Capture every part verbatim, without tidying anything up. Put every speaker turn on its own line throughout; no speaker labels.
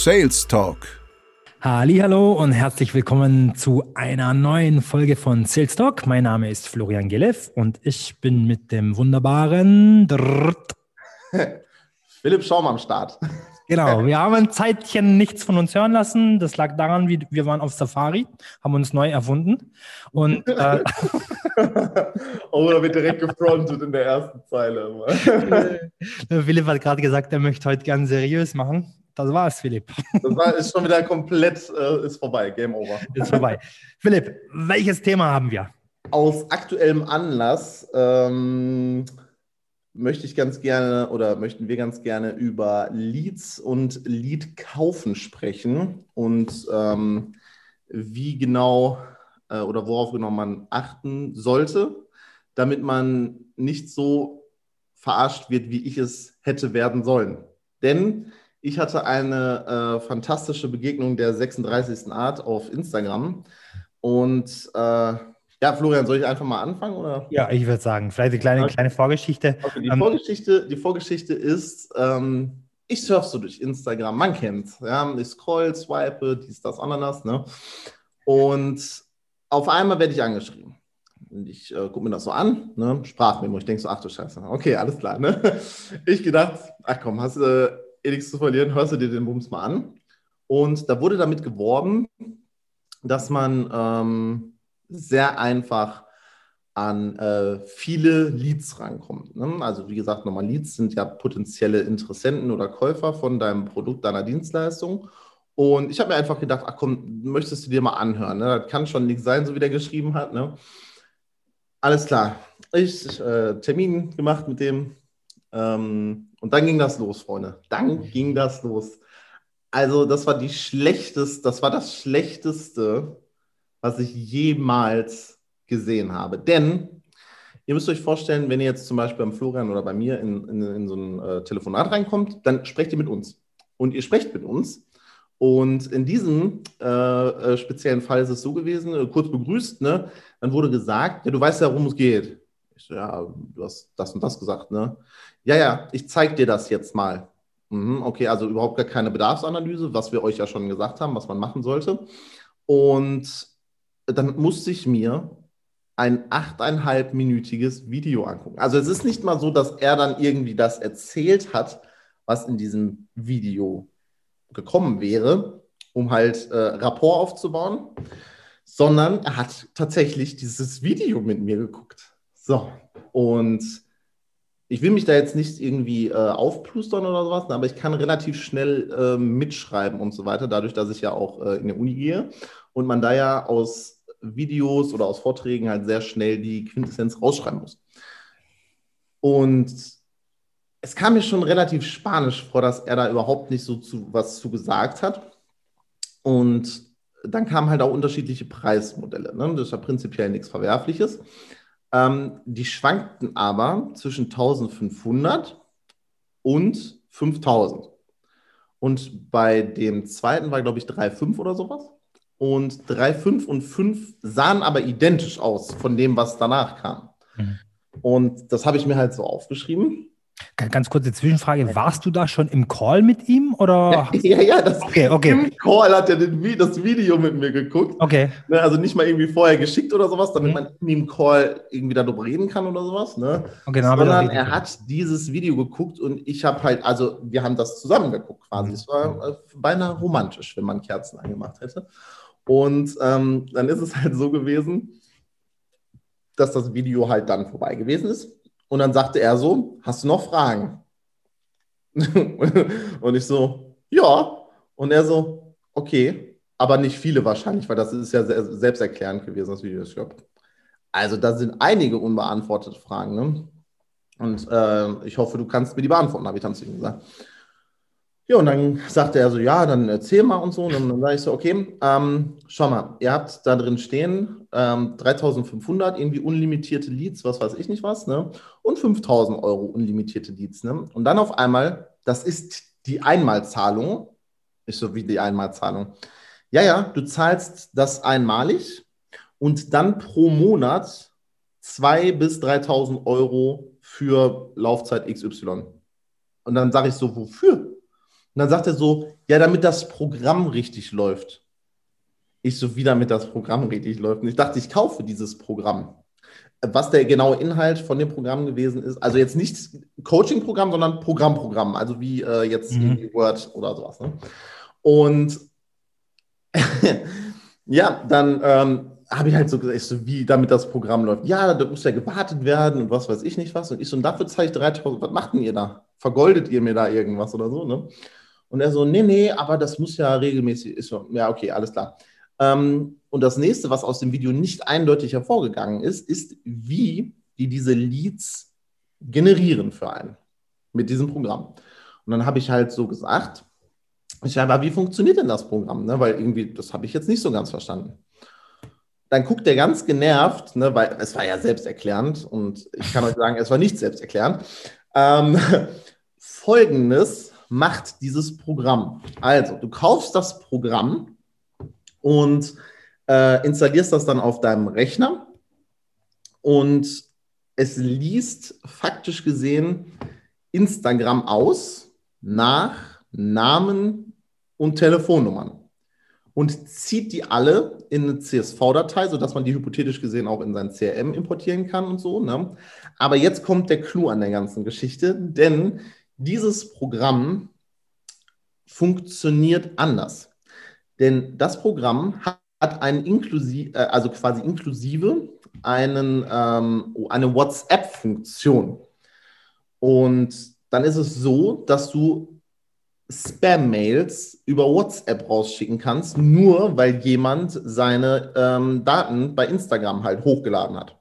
Sales Talk.
Hallihallo und herzlich willkommen zu einer neuen Folge von Sales Talk. Mein Name ist Florian Gelev und ich bin mit dem wunderbaren
Philipp Schaum am Start.
Genau, wir haben ein Zeitchen nichts von uns hören lassen. Das lag daran, wie wir waren auf Safari, haben uns neu erfunden. Und äh,
oh, da wird direkt gefrontet in der ersten Zeile.
Philipp hat gerade gesagt, er möchte heute gern seriös machen. Das war's, Philipp.
Das war, ist schon wieder komplett, äh, ist vorbei, Game over.
Ist vorbei. Philipp, welches Thema haben wir?
Aus aktuellem Anlass ähm, möchte ich ganz gerne oder möchten wir ganz gerne über Leads und Lead-Kaufen sprechen und ähm, wie genau äh, oder worauf genau man achten sollte, damit man nicht so verarscht wird, wie ich es hätte werden sollen. Denn ich hatte eine äh, fantastische Begegnung der sechsunddreißigsten Art auf Instagram und äh, ja, Florian, soll ich einfach mal anfangen? Oder?
Ja, ich würde sagen, vielleicht eine kleine,
Okay.
kleine Vorgeschichte.
Okay, die,
Ähm,
Vorgeschichte, die Vorgeschichte ist, ähm, ich surfe so durch Instagram, man kennt's. Ja? Ich scroll, swipe, dies, das, Ananas. Ne? Und auf einmal werde ich angeschrieben. Und ich äh, gucke mir das so an, ne? Sprachmemo. Ich denke so, ach du Scheiße, okay, alles klar. Ne? Ich gedacht, ach komm, hast du äh, eh nichts zu verlieren, hörst du dir den Bums mal an. Und da wurde damit geworben, dass man ähm, sehr einfach an äh, viele Leads rankommt. Ne? Also wie gesagt, nochmal Leads sind ja potenzielle Interessenten oder Käufer von deinem Produkt, deiner Dienstleistung. Und ich habe mir einfach gedacht, ach komm, möchtest du dir mal anhören? Ne? Das kann schon nichts sein, so wie der geschrieben hat. Ne? Alles klar. Ich äh, Termin gemacht mit dem ähm, und dann ging das los, Freunde. Dann ging das los. Also das war die schlechteste, das war das Schlechteste, was ich jemals gesehen habe. Denn ihr müsst euch vorstellen, wenn ihr jetzt zum Beispiel beim Florian oder bei mir in, in, in so ein äh, Telefonat reinkommt, dann sprecht ihr mit uns. Und ihr sprecht mit uns. Und in diesem äh, äh, speziellen Fall ist es so gewesen, äh, kurz begrüßt, ne? Dann wurde gesagt, ja, du weißt ja, worum es geht. Ich so, ja, du hast das und das gesagt, ne? Ja, ja, ich zeige dir das jetzt mal. Mhm, okay, also überhaupt gar keine Bedarfsanalyse, was wir euch ja schon gesagt haben, was man machen sollte. Und dann musste ich mir ein achteinhalbminütiges Video angucken. Also es ist nicht mal so, dass er dann irgendwie das erzählt hat, was in diesem Video gekommen wäre, um halt äh, Rapport aufzubauen, sondern er hat tatsächlich dieses Video mit mir geguckt. So, und ich will mich da jetzt nicht irgendwie äh, aufplustern oder sowas, aber ich kann relativ schnell äh, mitschreiben und so weiter, dadurch, dass ich ja auch äh, in der Uni gehe und man da ja aus Videos oder aus Vorträgen halt sehr schnell die Quintessenz rausschreiben muss. Und es kam mir schon relativ spanisch vor, dass er da überhaupt nicht so zu, was zu gesagt hat. Und dann kamen halt auch unterschiedliche Preismodelle. Ne? Das ist ja prinzipiell nichts Verwerfliches. Ähm, die schwankten aber zwischen eintausendfünfhundert und fünftausend. Und bei dem zweiten war, glaube ich, drei Komma fünf oder sowas. Und drei Komma fünf und fünf sahen aber identisch aus von dem, was danach kam. Mhm. Und das habe ich mir halt so aufgeschrieben.
Ganz kurze Zwischenfrage, warst du da schon im Call mit ihm? Oder?
Ja, ja, ja das,
okay, okay.
Im Call hat er den, das Video mit mir geguckt.
Okay.
Ne, also nicht mal irgendwie vorher geschickt oder sowas, damit mhm. man in dem Call irgendwie darüber reden kann oder sowas. Ne? Okay, sondern er hat dieses Video geguckt und ich habe halt, also wir haben das zusammen geguckt quasi. Es mhm. war äh, beinahe romantisch, wenn man Kerzen angemacht hätte. Und ähm, dann ist es halt so gewesen, dass das Video halt dann vorbei gewesen ist. Und dann sagte er so, hast du noch Fragen? Und ich so, ja. Und er so, okay, aber nicht viele wahrscheinlich, weil das ist ja selbsterklärend gewesen, das Video. Also da sind einige unbeantwortete Fragen. Ne? Und äh, ich hoffe, du kannst mir die beantworten, habe ich dann zu ihm gesagt. Ja, und dann sagte er so, ja, dann erzähl mal und so. Und dann sage ich so, okay, ähm, schau mal, ihr habt da drin stehen ähm, dreitausendfünfhundert, irgendwie unlimitierte Leads, was weiß ich nicht was, ne? Und fünftausend Euro unlimitierte Leads, ne? Und dann auf einmal, das ist die Einmalzahlung. Ich so, wie die Einmalzahlung? Ja, ja, du zahlst das einmalig und dann pro Monat zweitausend bis dreitausend Euro für Laufzeit X Y. Und dann sage ich so, wofür? dann sagt er so, ja, damit das Programm richtig läuft. Ich so, wie damit das Programm richtig läuft. Und ich dachte, ich kaufe dieses Programm. Was der genaue Inhalt von dem Programm gewesen ist, also jetzt nicht Coaching-Programm, sondern Programmprogramm, also wie äh, jetzt
Mhm.
irgendwie Word oder sowas. Ne? Und ja, dann ähm, habe ich halt so gesagt, ich so, wie damit das Programm läuft. Ja, da muss ja gewartet werden und was weiß ich nicht was. Und ich so, und dafür zahle ich dreitausend, was macht denn ihr da? Vergoldet ihr mir da irgendwas oder so, ne? Und er so, nee, nee, aber das muss ja regelmäßig, ist so, ja, okay, alles klar. Ähm, und das nächste, was aus dem Video nicht eindeutig hervorgegangen ist, ist, wie die diese Leads generieren für einen mit diesem Programm. Und dann habe ich halt so gesagt, ich habe, aber wie funktioniert denn das Programm? Ne? Weil irgendwie, das habe ich jetzt nicht so ganz verstanden. Dann guckt er ganz genervt, ne, weil es war ja selbsterklärend und ich kann euch sagen, es war nicht selbsterklärend. Ähm, Folgendes macht dieses Programm. Also, du kaufst das Programm und äh, installierst das dann auf deinem Rechner und es liest faktisch gesehen Instagram aus nach Namen und Telefonnummern und zieht die alle in eine C S V-Datei, sodass man die hypothetisch gesehen auch in sein C R M importieren kann und so. Ne? Aber jetzt kommt der Clou an der ganzen Geschichte, denn dieses Programm funktioniert anders. Denn das Programm hat einen inklusive, also quasi inklusive einen, ähm, eine WhatsApp-Funktion. Und dann ist es so, dass du Spam-Mails über WhatsApp rausschicken kannst, nur weil jemand seine ähm, Daten bei Instagram halt hochgeladen hat.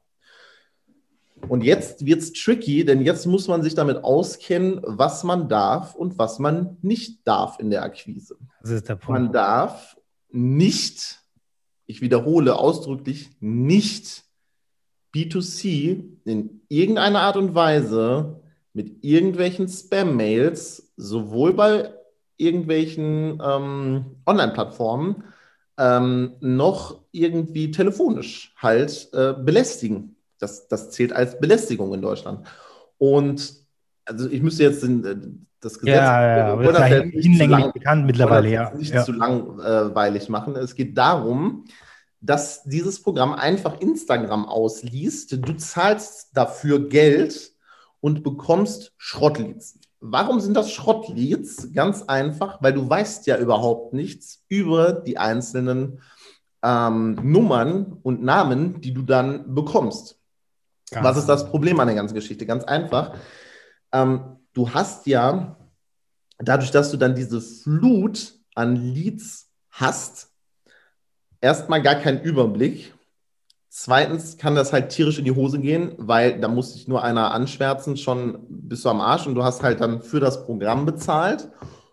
Und jetzt wird es tricky, denn jetzt muss man sich damit auskennen, was man darf und was man nicht darf in der Akquise.
Das ist der Punkt.
Man darf nicht, ich wiederhole ausdrücklich, nicht B zwei C in irgendeiner Art und Weise mit irgendwelchen Spam-Mails, sowohl bei irgendwelchen ähm, Online-Plattformen, ähm, noch irgendwie telefonisch halt äh, belästigen. Das, das zählt als Belästigung in Deutschland. Und also ich müsste jetzt den, das Gesetz,
Ja, ja, ja, aber
wollen
das ist
das
ja
jetzt nicht zu
hinlänglich
lang,
bekannt mittlerweile,
wollen das
ja.
nicht
ja.
zu langweilig machen. Es geht darum, dass dieses Programm einfach Instagram ausliest. Du zahlst dafür Geld und bekommst Schrottleads. Warum sind das Schrottleads? Ganz einfach, weil du weißt ja überhaupt nichts über die einzelnen ähm, Nummern und Namen, die du dann bekommst. Ganz Was ist das Problem an der ganzen Geschichte? Ganz einfach. Ähm, du hast ja, dadurch, dass du dann diese Flut an Leads hast, erstmal gar keinen Überblick. Zweitens kann das halt tierisch in die Hose gehen, weil da muss sich nur einer anschwärzen, schon bist du am Arsch und du hast halt dann für das Programm bezahlt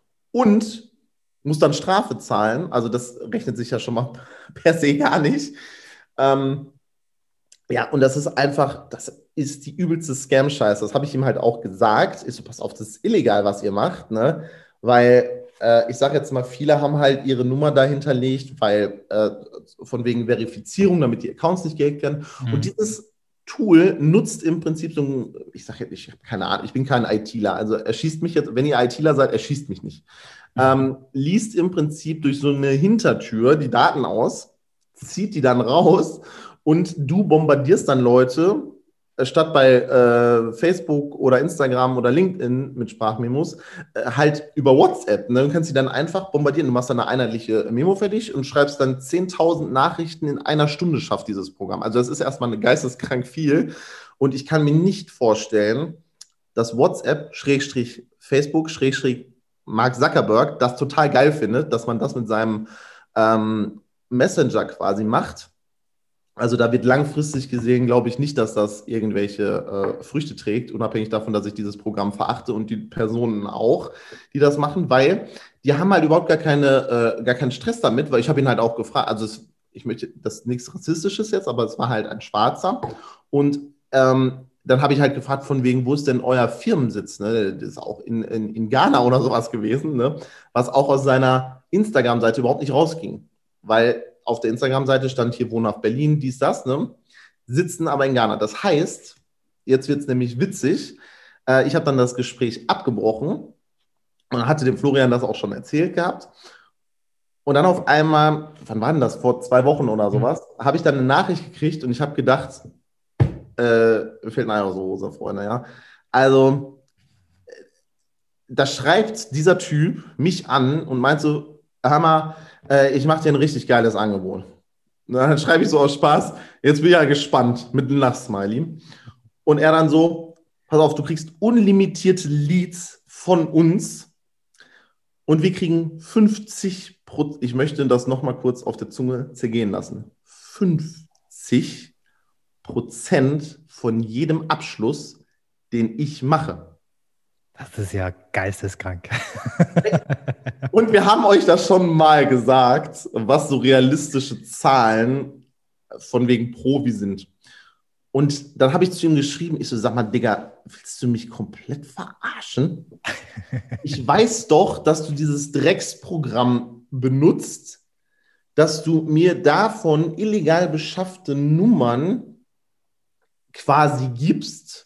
und musst dann Strafe zahlen. Also das rechnet sich ja schon mal per se gar nicht. Ähm, ja, und das ist einfach, das ist die übelste Scam-Scheiße. Das habe ich ihm halt auch gesagt. Ich so, pass auf, das ist illegal, was ihr macht, ne? Weil äh, ich sage jetzt mal, viele haben halt ihre Nummer da hinterlegt, weil äh, von wegen Verifizierung, damit die Accounts nicht gehackt werden. Mhm. Und dieses Tool nutzt im Prinzip so ein, ich sage jetzt, ich habe keine Ahnung, ich bin kein ITler, also erschießt mich jetzt, wenn ihr ITler seid, erschießt mich nicht. Mhm. Ähm, liest im Prinzip durch so eine Hintertür die Daten aus, zieht die dann raus und du bombardierst dann Leute, statt bei äh, Facebook oder Instagram oder LinkedIn mit Sprachmemos, äh, halt über WhatsApp. Ne? Du kannst sie dann einfach bombardieren. Du machst dann eine einheitliche Memo für dich und schreibst dann zehntausend Nachrichten in einer Stunde, schafft dieses Programm. Also das ist erstmal eine geisteskrank viel. Und ich kann mir nicht vorstellen, dass WhatsApp, Schrägstrich Facebook, Schrägstrich Mark Zuckerberg das total geil findet, dass man das mit seinem ähm, Messenger quasi macht. Also da wird langfristig gesehen, glaube ich, nicht, dass das irgendwelche äh, Früchte trägt, unabhängig davon, dass ich dieses Programm verachte und die Personen auch, die das machen, weil die haben halt überhaupt gar, keine, äh, gar keinen Stress damit, weil ich habe ihn halt auch gefragt, also es, ich möchte, das ist nichts Rassistisches jetzt, aber es war halt ein Schwarzer und ähm, dann habe ich halt gefragt, von wegen, wo ist denn euer Firmensitz? Ne? Das ist auch in, in, in Ghana oder sowas gewesen, ne? Was auch aus seiner Instagram-Seite überhaupt nicht rausging, weil auf der Instagram-Seite stand hier Wohnhaft Berlin, dies, das, ne? Sitzen aber in Ghana. Das heißt, jetzt wird es nämlich witzig, äh, ich habe dann das Gespräch abgebrochen, Und hatte dem Florian das auch schon erzählt gehabt. Und dann auf einmal, wann war denn das? Vor zwei Wochen oder sowas, mhm. habe ich dann eine Nachricht gekriegt und ich habe gedacht, äh, mir fehlt eine Hose, Freunde, ja. Also, da schreibt dieser Typ mich an und meint so, Hammer, äh, ich mache dir ein richtig geiles Angebot. Und dann schreibe ich so aus Spaß, jetzt bin ich ja gespannt, mit einem Lachsmiley. Und er dann so, pass auf, du kriegst unlimitierte Leads von uns und wir kriegen fünfzig Prozent, ich möchte das nochmal kurz auf der Zunge zergehen lassen, fünfzig Prozent von jedem Abschluss, den ich mache.
Das ist ja geisteskrank.
Und wir haben euch das schon mal gesagt, was so realistische Zahlen von wegen Profi sind. Und dann habe ich zu ihm geschrieben, ich so, sag mal, Digga, willst du mich komplett verarschen? Ich weiß doch, dass du dieses Drecksprogramm benutzt, dass du mir davon illegal beschaffte Nummern quasi gibst,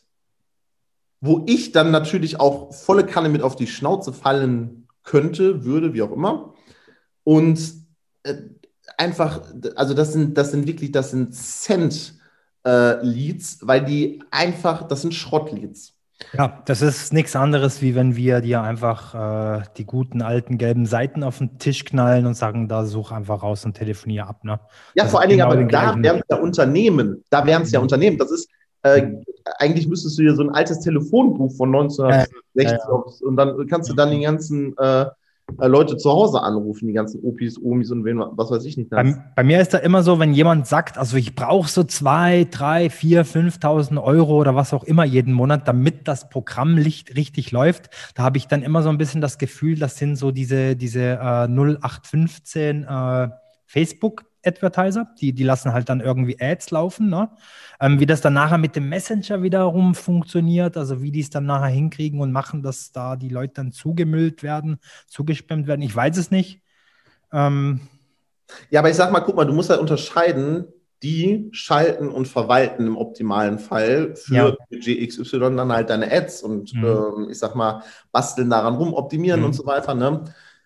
wo ich dann natürlich auch volle Kanne mit auf die Schnauze fallen könnte, würde, wie auch immer. Und äh, einfach, also das sind, das sind wirklich, das sind Cent äh, Leads, weil die einfach, das sind Schrottleads.
Ja, das ist nichts anderes, wie wenn wir dir einfach äh, die guten alten gelben Seiten auf den Tisch knallen und sagen, da such einfach raus und telefoniere ab. Ne?
Ja,
das
vor allen Dingen,
genau
aber da wären es ja Unternehmen. Da wären es ja Unternehmen. Das ist, äh, eigentlich müsstest du dir so ein altes Telefonbuch von neunzehnhundertsechzig ja, ja, ja. und dann kannst du dann die ganzen äh, Leute zu Hause anrufen, die ganzen Opis, Omis und wen, was weiß ich nicht.
Bei, bei mir ist da immer so, wenn jemand sagt, also ich brauche so zwei, drei, vier, fünftausend Euro oder was auch immer jeden Monat, damit das Programm richtig läuft, da habe ich dann immer so ein bisschen das Gefühl, das sind so diese, diese äh, null acht fünfzehn äh, Facebook-Advertiser, die, die lassen halt dann irgendwie Ads laufen, ne? Ähm, wie das dann nachher mit dem Messenger wiederum funktioniert, also wie die es dann nachher hinkriegen und machen, dass da die Leute dann zugemüllt werden, zugespammt werden, ich weiß es nicht. Ähm,
Ja, aber ich sag mal, guck mal, du musst halt unterscheiden, die schalten und verwalten im optimalen Fall für ja. Budget X Y dann halt deine Ads und mhm. ähm, ich sag mal, basteln daran rum, optimieren mhm. und so weiter, ne?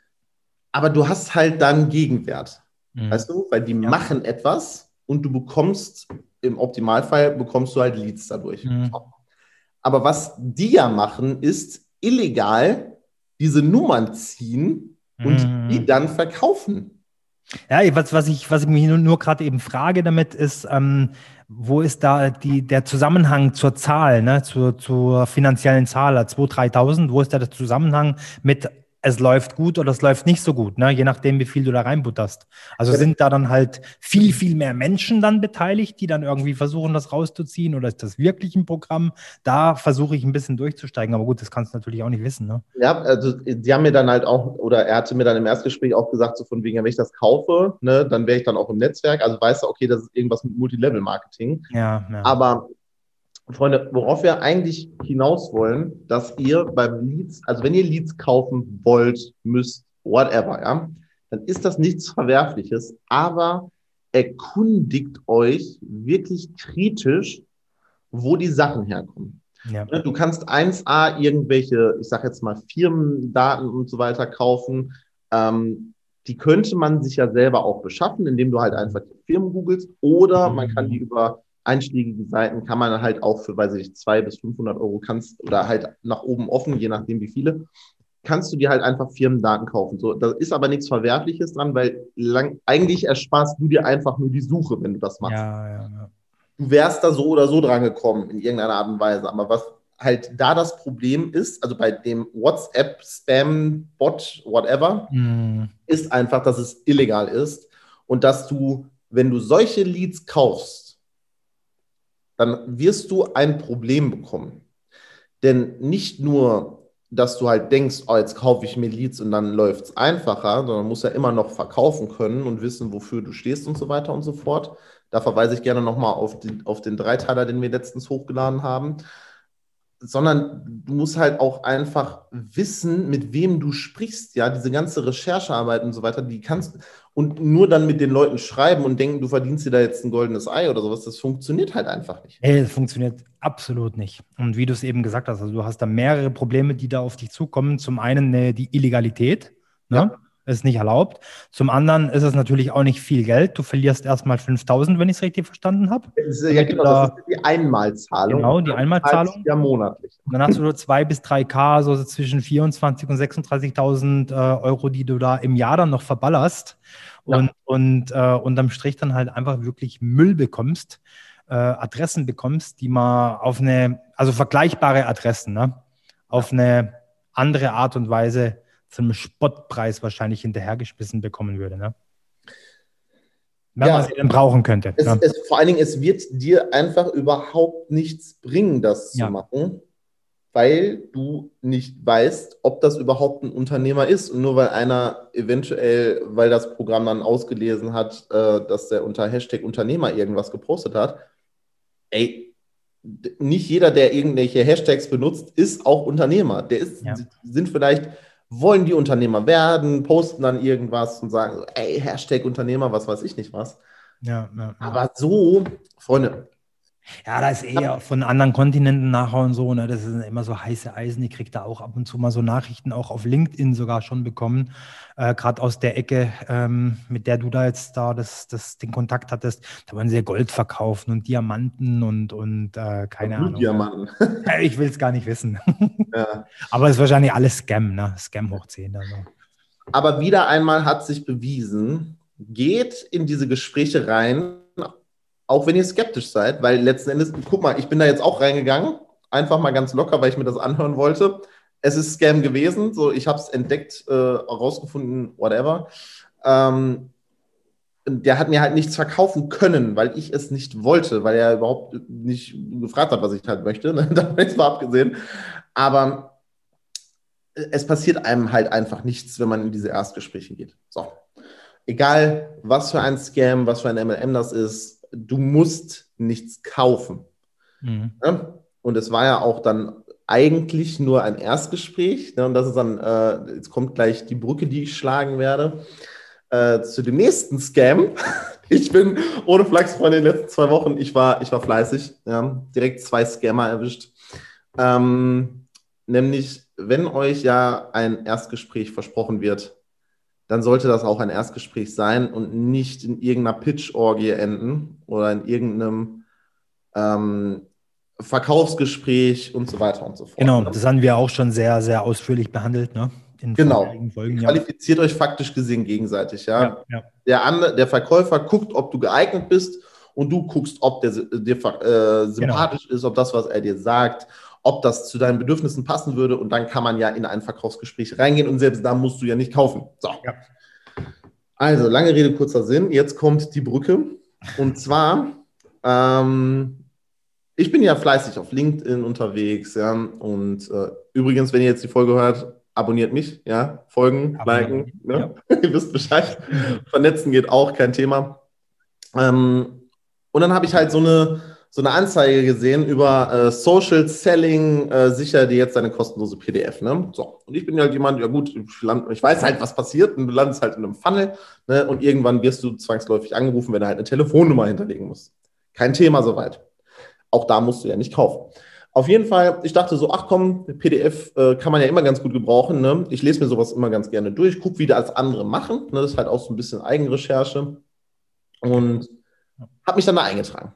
Aber du hast halt dann Gegenwert, mhm. weißt du? Weil die ja. machen etwas und du bekommst, im Optimalfall bekommst du halt Leads dadurch. Mhm. Aber was die ja machen, ist illegal diese Nummern ziehen und mhm. die dann verkaufen.
Ja, was, was ich, was ich mich nur, nur gerade eben frage damit ist, ähm, wo ist da die, der Zusammenhang zur Zahl, ne, zur, zur finanziellen Zahl, zweitausend, dreitausend, wo ist da der Zusammenhang mit es läuft gut oder es läuft nicht so gut, ne, je nachdem, wie viel du da reinbutterst. Also ja. sind da dann halt viel, viel mehr Menschen dann beteiligt, die dann irgendwie versuchen, das rauszuziehen, oder ist das wirklich ein Programm? Da versuche ich ein bisschen durchzusteigen, aber gut, das kannst du natürlich auch nicht wissen, ne?
Ja, also die haben mir dann halt auch, oder er hatte mir dann im Erstgespräch auch gesagt, so von wegen, wenn ich das kaufe, ne, dann wäre ich dann auch im Netzwerk, also weißt du, okay, das ist irgendwas mit Multilevel-Marketing.
Ja, ja.
Aber Freunde, worauf wir eigentlich hinaus wollen, dass ihr beim Leads, also wenn ihr Leads kaufen wollt, müsst, whatever, ja, dann ist das nichts Verwerfliches, aber erkundigt euch wirklich kritisch, wo die Sachen herkommen. Ja. Du kannst eins a irgendwelche, ich sag jetzt mal Firmendaten und so weiter kaufen, ähm, die könnte man sich ja selber auch beschaffen, indem du halt einfach die Firmen googelst, oder man kann die über einschlägige Seiten, kann man halt auch für, weiß ich, zweihundert bis fünfhundert Euro kannst, oder halt nach oben offen, je nachdem wie viele, kannst du dir halt einfach Firmendaten kaufen. So, da ist aber nichts Verwerfliches dran, weil lang, eigentlich ersparst du dir einfach nur die Suche, wenn du das machst.
Ja, ja, ja.
Du wärst da so oder so dran gekommen, in irgendeiner Art und Weise. Aber was halt da das Problem ist, also bei dem WhatsApp, Spam, Bot, whatever, mm. ist einfach, dass es illegal ist und dass du, wenn du solche Leads kaufst, dann wirst du ein Problem bekommen. Denn nicht nur, dass du halt denkst, oh, jetzt kaufe ich mir Leads und dann läuft es einfacher, sondern musst ja immer noch verkaufen können und wissen, wofür du stehst und so weiter und so fort. Da verweise ich gerne nochmal auf den, auf den Dreiteiler, den wir letztens hochgeladen haben. sondern du musst halt auch einfach wissen, mit wem du sprichst, ja, diese ganze Recherchearbeit und so weiter, die kannst und nur dann mit den Leuten schreiben und denken, du verdienst dir da jetzt ein goldenes Ei oder sowas, das funktioniert halt einfach nicht.
Nee, das funktioniert absolut nicht. Und wie du es eben gesagt hast, also du hast da mehrere Probleme, die da auf dich zukommen. Zum einen äh, die Illegalität, ne?
Ja.
Ist nicht erlaubt. Zum anderen ist es natürlich auch nicht viel Geld. Du verlierst erstmal fünftausend, wenn ich es richtig verstanden habe.
Das ist, ja, genau, das ist die Einmalzahlung.
Genau, die Einmalzahlung.
Ja, monatlich.
Und dann hast du nur zwei bis drei K, so zwischen vierundzwanzigtausend und sechsunddreißigtausend äh, Euro, die du da im Jahr dann noch verballerst und,
Ja.
und äh, unterm Strich dann halt einfach wirklich Müll bekommst, äh, Adressen bekommst, die man auf eine, also vergleichbare Adressen, ne, auf eine andere Art und Weise zu einem Spottpreis wahrscheinlich hinterhergeschmissen bekommen würde, ne? Wenn
Ja.
man sie denn brauchen könnte.
Es,
Ne?
es, vor allen Dingen, es wird dir einfach überhaupt nichts bringen, das
Ja.
zu machen, weil du nicht weißt, ob das überhaupt ein Unternehmer ist. Und nur weil einer eventuell, weil das Programm dann ausgelesen hat, äh, dass der unter Hashtag Unternehmer irgendwas gepostet hat, ey, d- nicht jeder, der irgendwelche Hashtags benutzt, ist auch Unternehmer. Der ist,
Ja.
sind vielleicht, wollen die Unternehmer werden, posten dann irgendwas und sagen, so, ey, Hashtag Unternehmer, was weiß ich nicht was.
Ja, ja, ja.
Aber so, Freunde,
Ja, da ist eher von anderen Kontinenten nachhauen so, ne? Das sind immer so heiße Eisen. Ich kriege da auch ab und zu mal so Nachrichten, auch auf LinkedIn sogar schon bekommen, äh, gerade aus der Ecke, ähm, mit der du da jetzt da das, das, den Kontakt hattest. Da wollen sie ja Gold verkaufen und Diamanten und, und äh, keine Ahnung.
Blutdiamanten.
Ja, ich will es gar nicht wissen.
Ja.
Aber es ist wahrscheinlich alles Scam, ne? Scam hoch zehn. Also.
Aber wieder einmal hat sich bewiesen, geht in diese Gespräche rein, auch wenn ihr skeptisch seid, weil letzten Endes, guck mal, ich bin da jetzt auch reingegangen, einfach mal ganz locker, weil ich mir das anhören wollte. Es ist Scam gewesen, so ich habe es entdeckt, äh, rausgefunden, whatever. Ähm, der hat mir halt nichts verkaufen können, weil ich es nicht wollte, weil er überhaupt nicht gefragt hat, was ich halt möchte. Ne? Da habe ich es mal abgesehen. Aber es passiert einem halt einfach nichts, wenn man in diese Erstgespräche geht. So. Egal, was für ein Scam, was für ein M L M das ist, du musst nichts kaufen.
Mhm.
Ja? Und es war ja auch dann eigentlich nur ein Erstgespräch. Ne? Und das ist dann, äh, jetzt kommt gleich die Brücke, die ich schlagen werde, äh, zu dem nächsten Scam. Ich bin ohne Flachs, Freunde, in den letzten zwei Wochen, ich war, ich war fleißig, ja? Direkt zwei Scammer erwischt. Ähm, nämlich, wenn euch ja ein Erstgespräch versprochen wird, dann sollte das auch ein Erstgespräch sein und nicht in irgendeiner Pitch-Orgie enden oder in irgendeinem ähm, Verkaufsgespräch und so weiter und so fort.
Genau,
ne?
das haben wir auch schon sehr, sehr ausführlich behandelt, ne? In
Genau.
vorherigen Folgen,
Ihr
ja.
qualifiziert euch faktisch gesehen gegenseitig. Ja?
Ja, ja.
Der, andere, der Verkäufer guckt, ob du geeignet bist und du guckst, ob der dir äh, sympathisch
Genau.
ist, ob das, was er dir sagt, ob das zu deinen Bedürfnissen passen würde. Und dann kann man ja in ein Verkaufsgespräch reingehen und selbst da musst du ja nicht kaufen. So.
Ja.
Also, lange Rede, kurzer Sinn. Jetzt kommt die Brücke. Und zwar, ähm, ich bin ja fleißig auf LinkedIn unterwegs. Ja, und äh, übrigens, wenn ihr jetzt die Folge hört, abonniert mich. Ja, folgen,
Abonnieren.
liken. Ne? Ja. Ihr wisst Bescheid. Vernetzen geht auch, kein Thema. Ähm, und dann habe ich halt so eine, so eine Anzeige gesehen über äh, Social Selling, äh, sicher dir jetzt deine kostenlose P D F. Ne? So. Und ich bin halt jemand, ja gut, ich, land, ich weiß halt, was passiert und du landest halt in einem Funnel, ne? Und irgendwann wirst du zwangsläufig angerufen, wenn du halt eine Telefonnummer hinterlegen musst. Kein Thema soweit. Auch da musst du ja nicht kaufen. Auf jeden Fall, ich dachte so, ach komm, P D F äh, kann man ja immer ganz gut gebrauchen. Ne? Ich lese mir sowas immer ganz gerne durch, gucke, wie das andere machen. Ne? Das ist halt auch so ein bisschen Eigenrecherche. Und habe mich dann da eingetragen.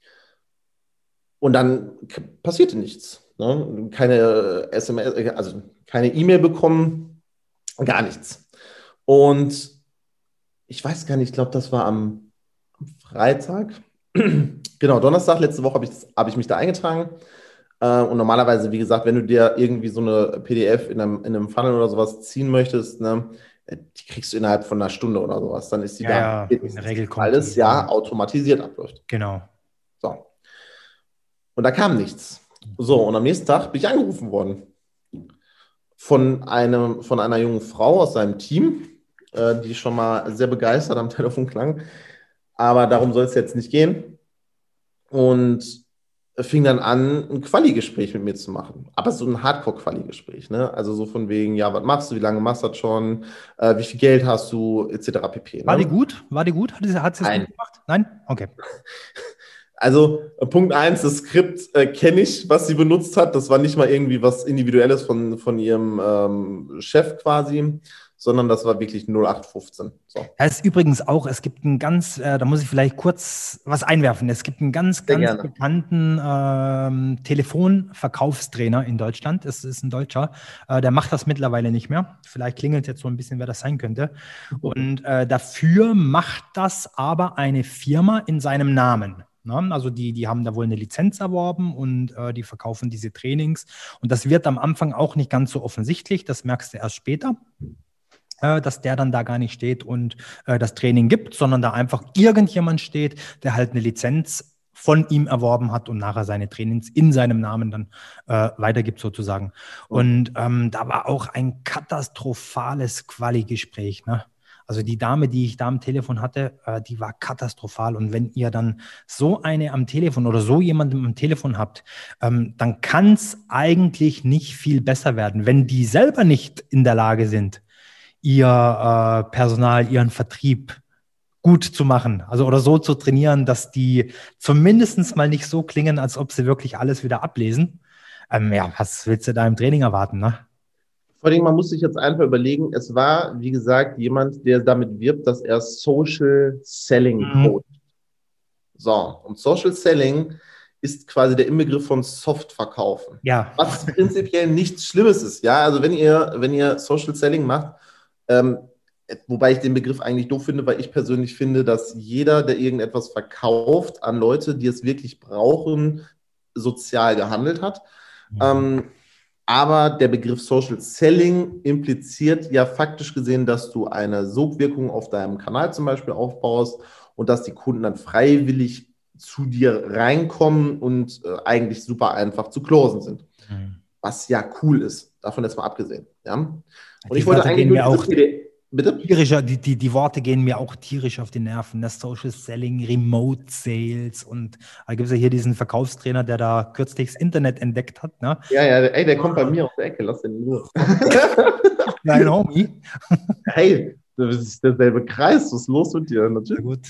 Und dann passierte nichts. Ne? Keine S M S, also keine E-Mail bekommen, gar nichts. Und ich weiß gar nicht, ich glaube, das war am Freitag. Genau, Donnerstag, letzte Woche habe ich, hab ich mich da eingetragen. Und normalerweise, wie gesagt, wenn du dir irgendwie so eine P D F in einem, in einem Funnel oder sowas ziehen möchtest, ne, die kriegst du innerhalb von einer Stunde oder sowas. Dann ist die
Ja,
da.
ja, in der Regel kommt
alles
die,
ja
ja.
automatisiert abläuft.
Genau.
So. Und da kam nichts. So, und am nächsten Tag bin ich angerufen worden. Von, einem, von einer jungen Frau aus seinem Team, äh, die schon mal sehr begeistert am Telefon klang. Aber darum soll es jetzt nicht gehen. Und fing dann an, ein Quali-Gespräch mit mir zu machen. Aber so ein Hardcore-Quali-Gespräch, ne? Also so von wegen, ja, was machst du, wie lange machst du das schon, äh, wie viel Geld hast du, et cetera pp.
War die
Ne?
gut? War die gut? Hat sie, hat sie es
Nein.
gut gemacht? Nein? Okay.
Also äh, Punkt eins, das Skript äh, kenne ich, was sie benutzt hat. Das war nicht mal irgendwie was Individuelles von, von ihrem ähm, Chef quasi, sondern das war wirklich null acht fünfzehn. So.
Ja, es ist übrigens auch, es gibt einen ganz, äh, da muss ich vielleicht kurz was einwerfen. Es gibt einen ganz,
Sehr
ganz
gerne.
bekannten ähm, Telefonverkaufstrainer in Deutschland. Es ist ein Deutscher, äh, der macht das mittlerweile nicht mehr. Vielleicht klingelt jetzt so ein bisschen, wer das sein könnte. Und äh, dafür macht das aber eine Firma in seinem Namen. Ne? Also die, die haben da wohl eine Lizenz erworben und äh, die verkaufen diese Trainings. Und das wird am Anfang auch nicht ganz so offensichtlich. Das merkst du erst später, äh, dass der dann da gar nicht steht und äh, das Training gibt, sondern da einfach irgendjemand steht, der halt eine Lizenz von ihm erworben hat und nachher seine Trainings in seinem Namen dann äh, weitergibt sozusagen. Und ähm, da war auch ein katastrophales Quali-Gespräch, ne? Also die Dame, die ich da am Telefon hatte, äh, die war katastrophal. Und wenn ihr dann so eine am Telefon oder so jemanden am Telefon habt, ähm, dann kann es eigentlich nicht viel besser werden. Wenn die selber nicht in der Lage sind, ihr äh, Personal, ihren Vertrieb gut zu machen, also oder so zu trainieren, dass die zumindest mal nicht so klingen, als ob sie wirklich alles wieder ablesen. Ähm, ja, was willst du da im Training erwarten, ne?
Vor allem, man muss sich jetzt einfach überlegen, es war, wie gesagt, jemand, der damit wirbt, dass er Social Selling
Mhm.
coacht. So, und Social Selling ist quasi der Inbegriff von Soft-Verkaufen.
Ja.
Was prinzipiell nichts Schlimmes ist. Ja, also wenn ihr, wenn ihr Social Selling macht, ähm, wobei ich den Begriff eigentlich doof finde, weil ich persönlich finde, dass jeder, der irgendetwas verkauft an Leute, die es wirklich brauchen, sozial gehandelt hat.
Mhm.
Ähm, aber der Begriff Social Selling impliziert ja faktisch gesehen, dass du eine Sogwirkung auf deinem Kanal zum Beispiel aufbaust und dass die Kunden dann freiwillig zu dir reinkommen und äh, eigentlich super einfach zu closen sind.
Mhm.
Was ja cool ist, davon jetzt mal abgesehen. Ja? Und
Die
ich wollte
Wörter
eigentlich
gehen
nur
mir
diese
auch
P D F. Bitte?
tierischer, die, die, die Worte gehen mir auch tierisch auf die Nerven. Das Social Selling, Remote Sales und da gibt es ja hier diesen Verkaufstrainer, der da kürzlich das Internet entdeckt hat, ne?
Ja, ja, ey, der kommt bei mir auf der Ecke, lass den in Ruhe.
Dein Homie.
Hey, das ist derselbe Kreis, was ist los mit dir?
Na
Natürlich.
gut.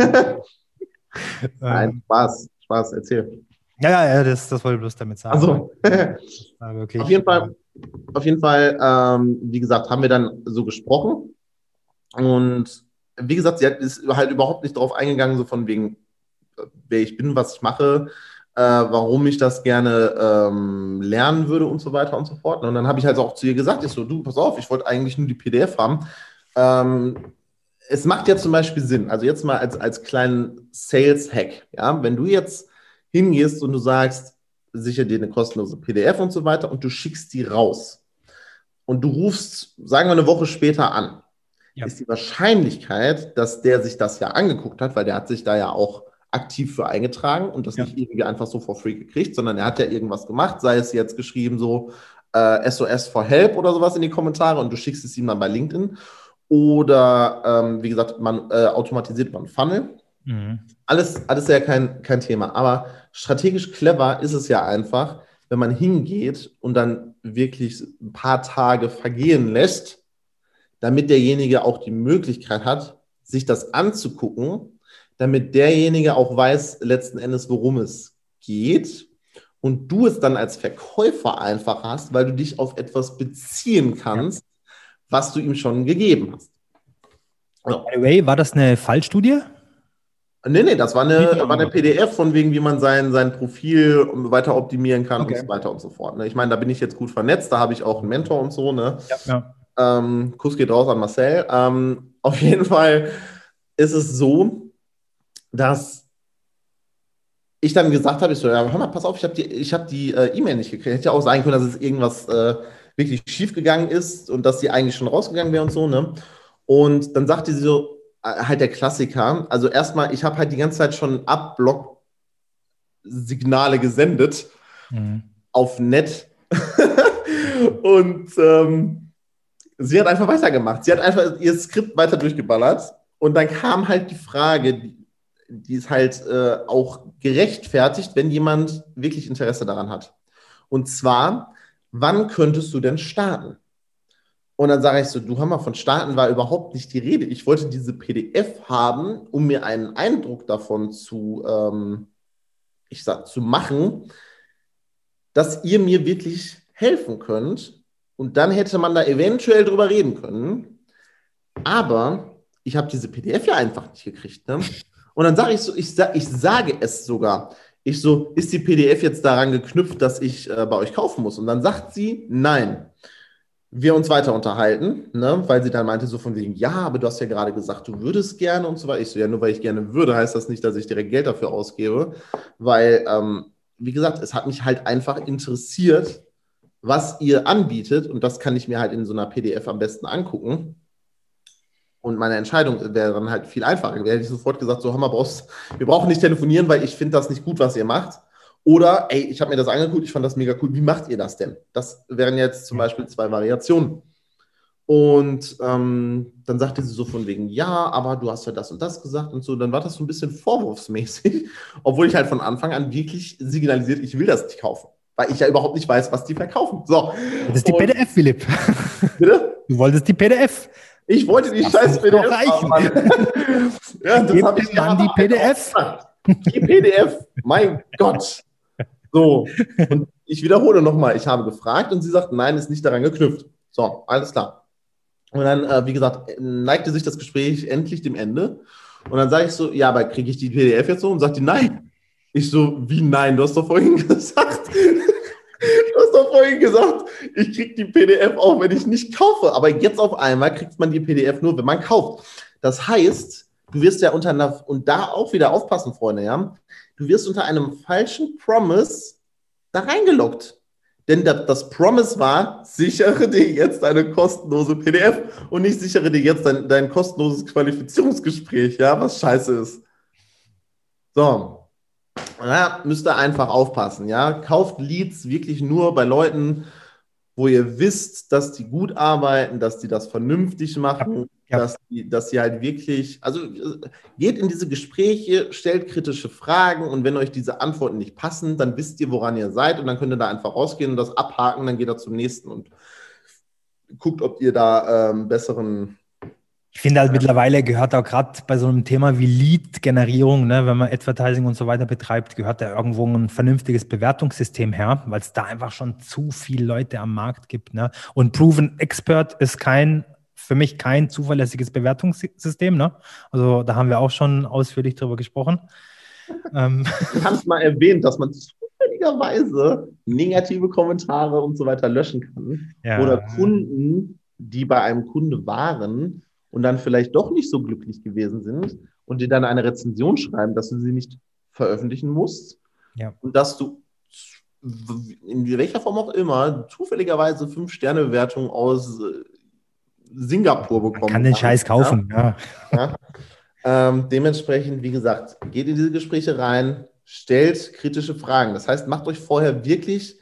Nein,
Ähm,
Spaß, Spaß, erzähl.
ja, ja, ja, das, das wollte ich bloß damit sagen.
Also,
Ja, wirklich,
auf jeden Fall, auf jeden Fall, ähm, wie gesagt, haben wir dann so gesprochen. Und wie gesagt, sie hat, ist halt überhaupt nicht darauf eingegangen, so von wegen, wer ich bin, was ich mache, äh, warum ich das gerne ähm, lernen würde und so weiter und so fort. Und dann habe ich halt auch zu ihr gesagt, ich so, du, pass auf, ich wollte eigentlich nur die P D F haben. Ähm, es macht ja zum Beispiel Sinn, also jetzt mal als, als kleinen Sales-Hack, ja, wenn du jetzt hingehst und du sagst, sicher dir eine kostenlose P D F und so weiter und du schickst die raus und du rufst, sagen wir, eine Woche später an, ja, ist die Wahrscheinlichkeit, dass der sich das ja angeguckt hat, weil der hat sich da ja auch aktiv für eingetragen und das ja nicht irgendwie einfach so for free gekriegt, sondern er hat ja irgendwas gemacht, sei es jetzt geschrieben so äh, S O S for Help oder sowas in die Kommentare und du schickst es ihm dann bei LinkedIn oder ähm, wie gesagt, man äh, automatisiert man Funnel. Mhm. Alles, alles ja kein, kein Thema, aber strategisch clever ist es ja einfach, wenn man hingeht und dann wirklich ein paar Tage vergehen lässt, damit derjenige auch die Möglichkeit hat, sich das anzugucken, damit derjenige auch weiß letzten Endes, worum es geht und du es dann als Verkäufer einfach hast, weil du dich auf etwas beziehen kannst, ja, was du ihm schon gegeben hast.
So. By the way, war das eine Fallstudie?
Nee, nee, das war eine, war eine P D F von wegen, wie man sein, sein Profil weiter optimieren kann, okay, und so weiter und so fort. Ich meine, da bin ich jetzt gut vernetzt, da habe ich auch einen Mentor und so, ne? Ja, ja. Ähm, Kuss geht raus an Marcel. Ähm, auf jeden Fall ist es so, dass ich dann gesagt habe, ich so, ja, hör mal, pass auf, ich habe die, ich hab die äh, E-Mail nicht gekriegt. Hätte ja auch sein können, dass es irgendwas äh, wirklich schief gegangen ist und dass sie eigentlich schon rausgegangen wäre und so, ne? Und dann sagte sie so, äh, halt der Klassiker, also erstmal, ich habe halt die ganze Zeit schon Abblock-Signale gesendet, mhm, auf Net und ähm, sie hat einfach weitergemacht. Sie hat einfach ihr Skript weiter durchgeballert und dann kam halt die Frage, die, die ist halt äh, auch gerechtfertigt, wenn jemand wirklich Interesse daran hat. Und zwar, wann könntest du denn starten? Und dann sage ich so, du, hör mal, von starten war überhaupt nicht die Rede. Ich wollte diese P D F haben, um mir einen Eindruck davon zu, ähm, ich sag, zu machen, dass ihr mir wirklich helfen könnt. Und dann hätte man da eventuell drüber reden können. Aber ich habe diese P D F ja einfach nicht gekriegt. Ne? Und dann sage ich so, ich, sa- ich sage es sogar. Ich so, ist die P D F jetzt daran geknüpft, dass ich äh, bei euch kaufen muss? Und dann sagt sie, nein. Wir uns weiter unterhalten, ne? Weil sie dann meinte so von wegen, ja, aber du hast ja gerade gesagt, du würdest gerne und so weiter. Ich so, ja, nur weil ich gerne würde, heißt das nicht, dass ich direkt Geld dafür ausgebe. Weil, ähm, wie gesagt, es hat mich halt einfach interessiert, was ihr anbietet. Und das kann ich mir halt in so einer P D F am besten angucken. Und meine Entscheidung wäre dann halt viel einfacher. Da hätte ich sofort gesagt, so, Hammer, brauchst, wir brauchen nicht telefonieren, weil ich finde das nicht gut, was ihr macht. Oder, ey, ich habe mir das angeguckt, ich fand das mega cool. Wie macht ihr das denn? Das wären jetzt zum Beispiel zwei Variationen. Und ähm, dann sagte sie so von wegen, ja, aber du hast ja das und das gesagt und so. Dann war das so ein bisschen vorwurfsmäßig, obwohl ich halt von Anfang an wirklich signalisiert, ich will das nicht kaufen. Weil ich ja überhaupt nicht weiß, was die verkaufen. So.
Das ist die P D F, Philipp.
Bitte?
Du wolltest die P D F.
Ich wollte die scheiß P D F
reichen.
haben. Ja, das habe ich
an die P D F.
Die P D F, mein Gott. So, und ich wiederhole nochmal, ich habe gefragt und sie sagt, nein, ist nicht daran geknüpft. So, alles klar. Und dann, äh, wie gesagt, neigte sich das Gespräch endlich dem Ende. Und dann sage ich so, ja, aber kriege ich die P D F jetzt so? Und sagt die, nein. Ich so, wie nein? Du hast doch vorhin gesagt, du hast doch vorhin gesagt, ich kriege die P D F auch, wenn ich nicht kaufe. Aber jetzt auf einmal kriegt man die P D F nur, wenn man kauft. Das heißt, du wirst ja unter einer, und da auch wieder aufpassen, Freunde, ja, du wirst unter einem falschen Promise da reingeloggt. Denn das, das Promise war, sichere dir jetzt eine kostenlose P D F und nicht sichere dir jetzt dein, dein kostenloses Qualifizierungsgespräch, ja, was scheiße ist. So, da müsst ihr einfach aufpassen, ja. Kauft Leads wirklich nur bei Leuten, wo ihr wisst, dass die gut arbeiten, dass die das vernünftig machen, ja. dass, die, dass sie halt wirklich, also geht in diese Gespräche, stellt kritische Fragen und wenn euch diese Antworten nicht passen, dann wisst ihr, woran ihr seid und dann könnt ihr da einfach rausgehen und das abhaken, dann geht ihr zum nächsten und guckt, ob ihr da ähm, besseren...
Ich finde halt, mittlerweile gehört auch gerade bei so einem Thema wie Lead-Generierung, ne, wenn man Advertising und so weiter betreibt, gehört da irgendwo ein vernünftiges Bewertungssystem her, weil es da einfach schon zu viele Leute am Markt gibt. Ne? Und Proven Expert ist kein, für mich kein zuverlässiges Bewertungssystem. Ne? Also da haben wir auch schon ausführlich drüber gesprochen. ähm.
Du hast mal erwähnt, dass man zufälligerweise negative Kommentare und so weiter löschen kann. Ja. Oder Kunden, die bei einem Kunde waren, und dann vielleicht doch nicht so glücklich gewesen sind und dir dann eine Rezension schreiben, dass du sie nicht veröffentlichen musst ja. und dass du in welcher Form auch immer zufälligerweise fünf Sterne Bewertung aus Singapur bekommen. Man
kann den Scheiß kaufen. Ja.
Ja. Ja. Ähm, dementsprechend, wie gesagt, geht in diese Gespräche rein, stellt kritische Fragen. Das heißt, macht euch vorher wirklich,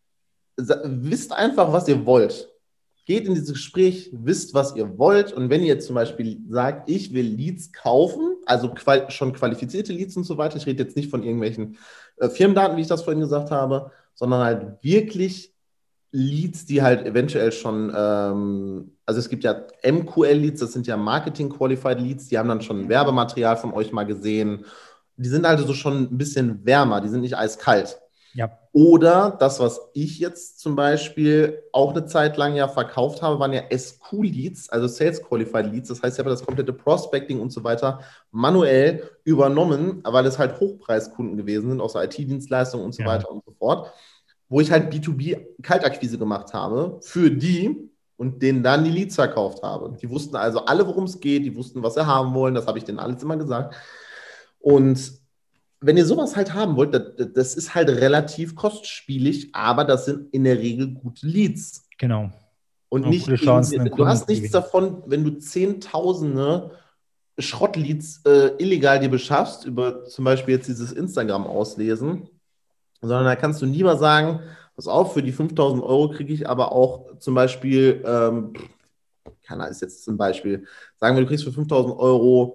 wisst einfach, was ihr wollt. Geht in dieses Gespräch, wisst, was ihr wollt. Und wenn ihr zum Beispiel sagt, ich will Leads kaufen, also qual- schon qualifizierte Leads und so weiter, ich rede jetzt nicht von irgendwelchen äh, Firmendaten, wie ich das vorhin gesagt habe, sondern halt wirklich Leads, die halt eventuell schon, ähm, also es gibt ja M Q L-Leads, das sind ja Marketing-Qualified Leads, die haben dann schon Werbematerial von euch mal gesehen. Die sind also so schon ein bisschen wärmer, die sind nicht eiskalt. Ja. Oder das, was ich jetzt zum Beispiel auch eine Zeit lang ja verkauft habe, waren ja S Q-Leads, also Sales Qualified Leads. Das heißt, ich habe das komplette Prospecting und so weiter manuell übernommen, weil es halt Hochpreiskunden gewesen sind, außer I T-Dienstleistungen und so ja. weiter und so fort, wo ich halt B zwei B Kaltakquise gemacht habe für die und denen dann die Leads verkauft habe. Die wussten also alle, worum es geht, die wussten, was sie haben wollen, das habe ich denen alles immer gesagt. Und wenn ihr sowas halt haben wollt, das, das ist halt relativ kostspielig, aber das sind in der Regel gute Leads.
Genau.
Und auch nicht, Chancen, du hast nichts davon, wenn du Zehntausende Schrottleads äh, illegal dir beschaffst, über zum Beispiel jetzt dieses Instagram auslesen, sondern da kannst du lieber sagen, pass auf, für die fünftausend Euro kriege ich aber auch zum Beispiel, ähm, keiner ist jetzt zum Beispiel, sagen wir, du kriegst für fünftausend Euro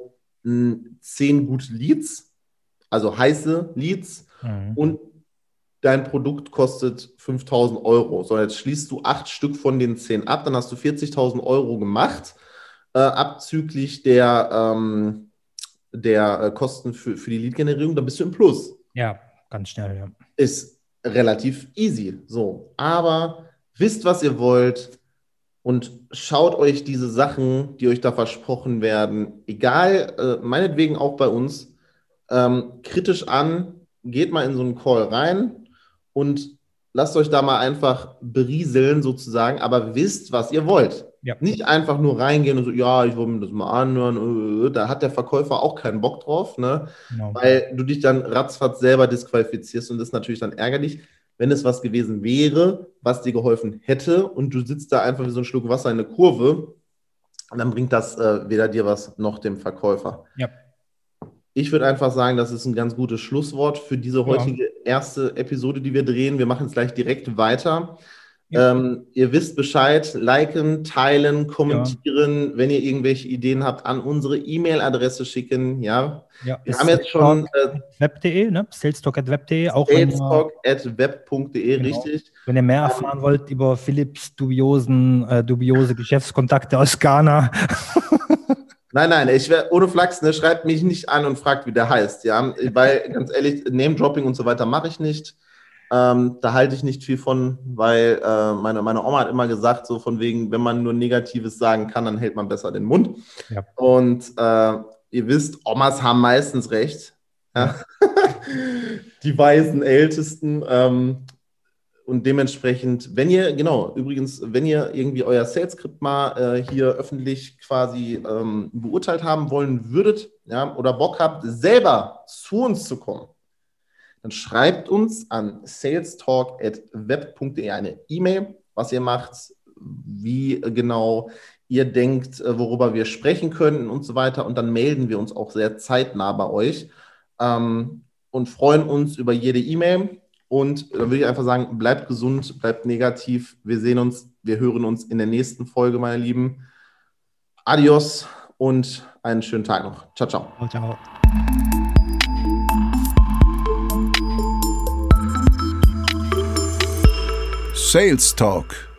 zehn gute Leads, also heiße Leads, mhm. und dein Produkt kostet fünftausend Euro. So, jetzt schließt du acht Stück von den zehn ab, dann hast du vierzigtausend Euro gemacht, äh, abzüglich der, ähm, der äh, Kosten für, für die Lead-Generierung, dann bist du im Plus.
Ja, ganz schnell, ja.
Ist relativ easy. So, aber wisst, was ihr wollt und schaut euch diese Sachen, die euch da versprochen werden, egal, äh, meinetwegen auch bei uns, ähm, kritisch an, geht mal in so einen Call rein und lasst euch da mal einfach berieseln sozusagen, aber wisst, was ihr wollt. Ja. Nicht einfach nur reingehen und so, ja, ich will mir das mal anhören, da hat der Verkäufer auch keinen Bock drauf, ne? Genau. Weil du dich dann ratzfatz selber disqualifizierst und das ist natürlich dann ärgerlich, wenn es was gewesen wäre, was dir geholfen hätte und du sitzt da einfach wie so ein Schluck Wasser in der Kurve und dann bringt das äh, weder dir was noch dem Verkäufer. Ja. Ich würde einfach sagen, das ist ein ganz gutes Schlusswort für diese heutige ja. erste Episode, die wir drehen. Wir machen es gleich direkt weiter. Ja. Ähm, ihr wisst Bescheid, liken, teilen, kommentieren, ja. wenn ihr irgendwelche Ideen habt, an unsere E-Mail-Adresse schicken. Ja,
ja.
Wir haben jetzt schon
äh, web punkt de, ne? salestalk at web punkt de.
salestalk at web punkt de, genau. Richtig.
Wenn ihr mehr erfahren um, wollt über Philipps dubiosen, äh, dubiose Geschäftskontakte aus Ghana.
Nein, nein, ich wär, ohne Flachs, ne, schreibt mich nicht an und fragt, wie der heißt, ja, weil, ganz ehrlich, Name-Dropping und so weiter mache ich nicht, ähm, da halte ich nicht viel von, weil äh, meine, meine Oma hat immer gesagt, so von wegen, wenn man nur Negatives sagen kann, dann hält man besser den Mund, ja. Und äh, ihr wisst, Omas haben meistens recht, ja? Die weisen Ältesten, ähm, und dementsprechend, wenn ihr, genau, übrigens, wenn ihr irgendwie euer Sales-Skript mal äh, hier öffentlich quasi ähm, beurteilt haben wollen würdet, ja, oder Bock habt, selber zu uns zu kommen, dann schreibt uns an salestalk at web punkt de eine E-Mail, was ihr macht, wie genau ihr denkt, worüber wir sprechen könnten und so weiter. Und dann melden wir uns auch sehr zeitnah bei euch ähm, und freuen uns über jede E-Mail. Und dann würde ich einfach sagen, bleibt gesund, bleibt negativ. Wir sehen uns, wir hören uns in der nächsten Folge, meine Lieben. Adios und einen schönen Tag noch. Ciao, ciao. Ciao, ciao.
Sales Talk,